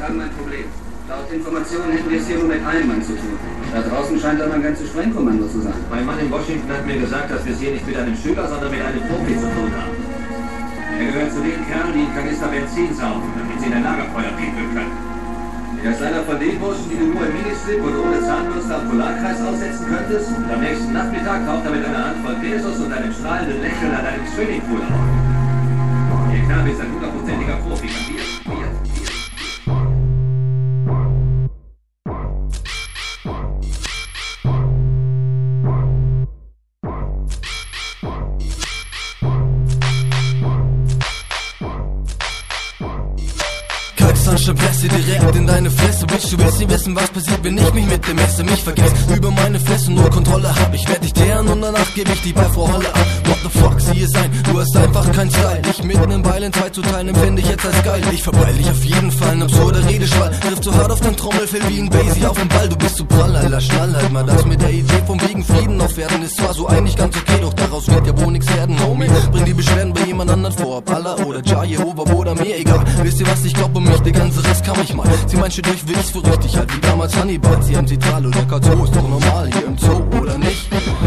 haben ein Problem. Laut Informationen hätten wir es hier nur mit einem Mann zu tun. Da draußen scheint aber ein ganzes Sprengkommando zu sein. Mein Mann in Washington hat mir gesagt, dass wir es hier nicht mit einem Schüler, sondern mit einem Profi zu tun haben. Er gehört zu den Kerlen, die einen Kanister Benzin saufen, damit sie in ein Lagerfeuer pinkeln können. Er ist einer von den Burschen, die du nur im Ministrip und ohne Zahnbürste am Polarkreis aussetzen könntest. Und am nächsten Nachmittag taucht er mit einer Handvoll Pesos und einem strahlenden Lächeln an einem Swimmingpool auf. Der Kerl ist ein 100%iger Profi. Sunshine Presse direkt in deine Fresse. Bitch, du willst nicht wissen, was passiert, wenn ich mich mit dem Messer mich vergesse. Über meine Fresse nur Kontrolle hab. Ich werd dich teeren und danach geb ich dich bei Frau Holle ab. What the fuck, sieh es ein, du hast einfach kein Style. Ich mit nem Beil in zwei zu teilen, empfinde ich jetzt als geil. Ich verpeil dich auf jeden Fall, ein absurder Redeschwall. Trifft so hart auf dein Trommelfell wie ein Basie auf den Ball. Du bist so prall, Alter, schnall halt mal. Das mit der Idee vom wegen Frieden auf Erden ist zwar so eigentlich ganz okay, doch daraus wird ja wohl nix werden, Homie. Bring die Beschwerden bei jemand anderen vor, ob Allah oder Jah, Jehova oder mir egal. Wisst ihr was, ich glaub um mich, der ganze Rest kann mich mal. Sie meint schon durch, will ich's für richtig halt, wie damals Hannibal. Sie haben Zitral oder K2, ist doch normal hier im Zoo, oder nicht?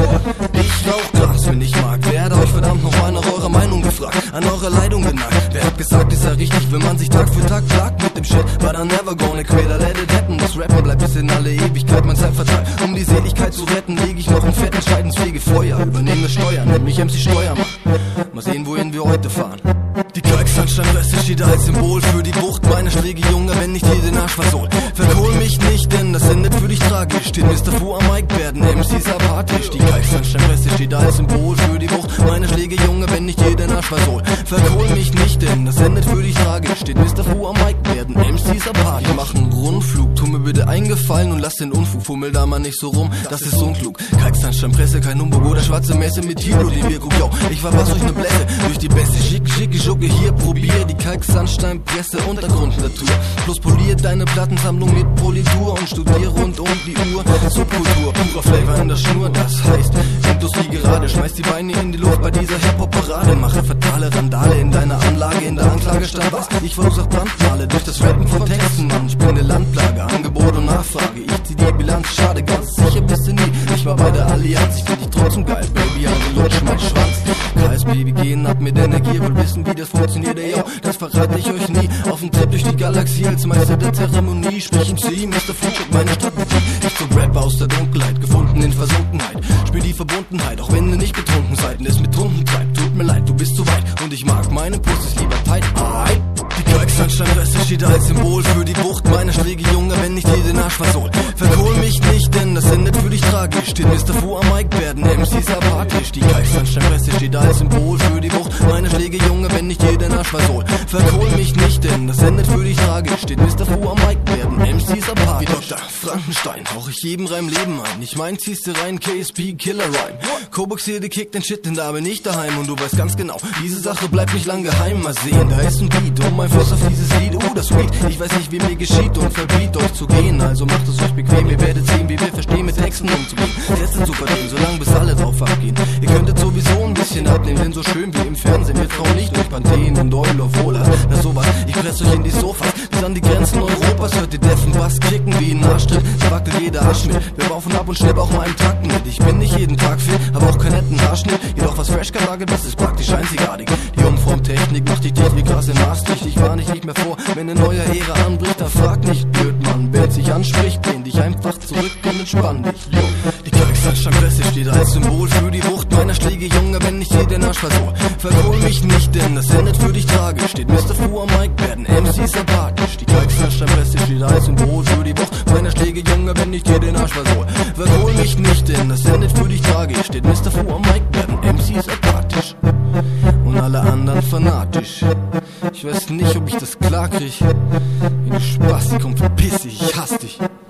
Ich rauch Gras, wenn ich mag. Werde euch verdammt noch mal nach eurer Meinung gefragt, an eurer Leitung genagt. Wer hat gesagt, ist ja richtig, wenn man sich Tag für Tag plagt mit dem Shit, but I'm never gonna quit, I let it happen. Das Rappen bleibt bis in alle Ewigkeit mein Zeitvertrag. Um die Seligkeit zu retten, leg ich noch einen fetten Scheidensfegefeuer. Übernehme Steuern, nenn mich MC Steuermann. Mal sehen, wohin wir heute fahren. Die Kalksteinsteinreste steht als Symbol für die Wucht meiner Schläge, Junge, wenn ich dir den Arsch versohl. Verkohl mich nicht, denn das endet für dich tragisch. Steht Mr. Fu am Mic, werden MCs apathisch. Die Kalksteinsteinreste steht als Symbol für die Wucht meiner Schläge, Junge, wenn ich dir den Arsch versohl. Verkohl mich nicht, denn das endet für dich tragisch. Steht Mr. Fu am Mic, werden MCs apathisch. Ich mach einen Rundflug, tu mir bitte eingefallen und lass den Unfug. Fummel da mal nicht so rum, das ist unklug. Kalksteinsteinpresse, kein Humbug oder schwarze Messe mit Hilo, die Wirkung, yo. Ich verpass euch ne Blässe durch die beste schicke Schucke hier. Probier die Kalksandsteinpresse, Untergrundnatur. Plus polier deine Plattensammlung mit Politur und studier rund um die Uhr Subkultur. Purer Flavor in der Schnur, das heißt Industrie gerade. Schmeiß die Beine in die Luft bei dieser Hip-Hop-Parade. Mache fatale Randale in deiner Anlage, in der Anklage stand was. Ich verursach Brandmale durch das Rappen von Texten. Mann, ich bin eine Landplage, Angebot und Nachfrage. Ich zieh die Bilanz, schade, ganz sicher bist du nie. Ich war bei der Allianz, ich find dich trotzdem geil, Baby, also lutsch mein Schwanz. KSB, wir gehen ab mit Energie, will wissen, wie das funktioniert, ey, yo, das verrate ich euch nie. Auf dem Trip durch die Galaxie als Meister der Zeremonie. Sprich im Sie, Mr. Food, meine Strategie. Ich zum Rap aus der Dunkelheit, gefunden in Versunkenheit. Spür die Verbundenheit, auch wenn du nicht betrunken seid und es mit Runden treibt. Tut mir leid, du bist zu weit und ich mag meinen Puss, ist lieber tight. Die Kalksteinsteinreste steht als Symbol für die Wucht meiner Schläge, Junge, wenn ich dir den Arsch versohl. Verkohl mich nicht, denn das endet für dich tragisch. Steht Mr. Fu am Mic, werden MCs apathisch. Die Kalksteinsteinreste steht als Symbol für die Wucht meiner Schläge, Junge, wenn ich dir den Arsch versohl. Verkohl mich nicht, denn das endet für dich tragisch. Steht Mr. Fu am Mic, werden MCs apathisch. Wie Dr. Frankenstein hauch ich jedem Reim Leben ein. Ich mein, ziehst du rein, KSP, Killer Rhyme. Kobox hier, die kickt den Shit, denn da bin ich daheim. Und du weißt ganz genau, diese Sache bleibt nicht lang geheim. Mal sehen, da ist ein Beat und mein Fuß auf dieses Lied. Das Sweet, ich weiß nicht, wie mir geschieht und verbiet euch zu gehen. Also macht es euch bequem, ihr werdet sehen, wie wir verstehen, mit Texten umzugehen. Sätze zu verdienen, solange bis alle drauf abgehen. Ihr könntet sowieso ein bisschen abnehmen, denn so schön wie im Fernsehen wir Frauen nicht durch Panthen und Oil of Wohler. Na sowas, ich press euch in die Sofas, bis an die Grenzen Europas. Hört ihr Deffen Bass kicken wie ein Arschtritt, da wackelt jeder Arsch mit. Wir raufen ab und schnipp auch mal einen Takt mit. Ich bin nicht jeden Tag fit, aber auch keinen netten Haarschnitt. Jedoch was Fresh Garage, das ist praktisch einzigartig. Die Umformtechnik macht dich dicht wie Gras in Maastricht. Ich warn dich nicht mehr vor, wenn eine neue Ära anbricht, dann frag nicht blöd, Mann. Wer sich anspricht, lehn dich einfach zurück und entspann dich. Die Kalksteinsteinpresse steht als Symbol für die Wucht meiner Schläge, Junge, wenn ich dir den Arsch versohl. Verkohl mich nicht, denn das endet für dich tragisch. Steht Mr. Fu am Mic, werden MCs apathisch. Die Kalksteinsteinpresse steht als Symbol für die Wucht meiner Schläge, Junge, wenn ich dir den Arsch versohl. Verkohl mich nicht, denn das endet für dich tragisch. Steht Mr. Fu am Mic, werden MCs apathisch. Und alle anderen fanatisch. Ich weiß nicht, ob ich das klar krieg. Wenn du Spaß, komm, verpiss dich, ich hasse dich.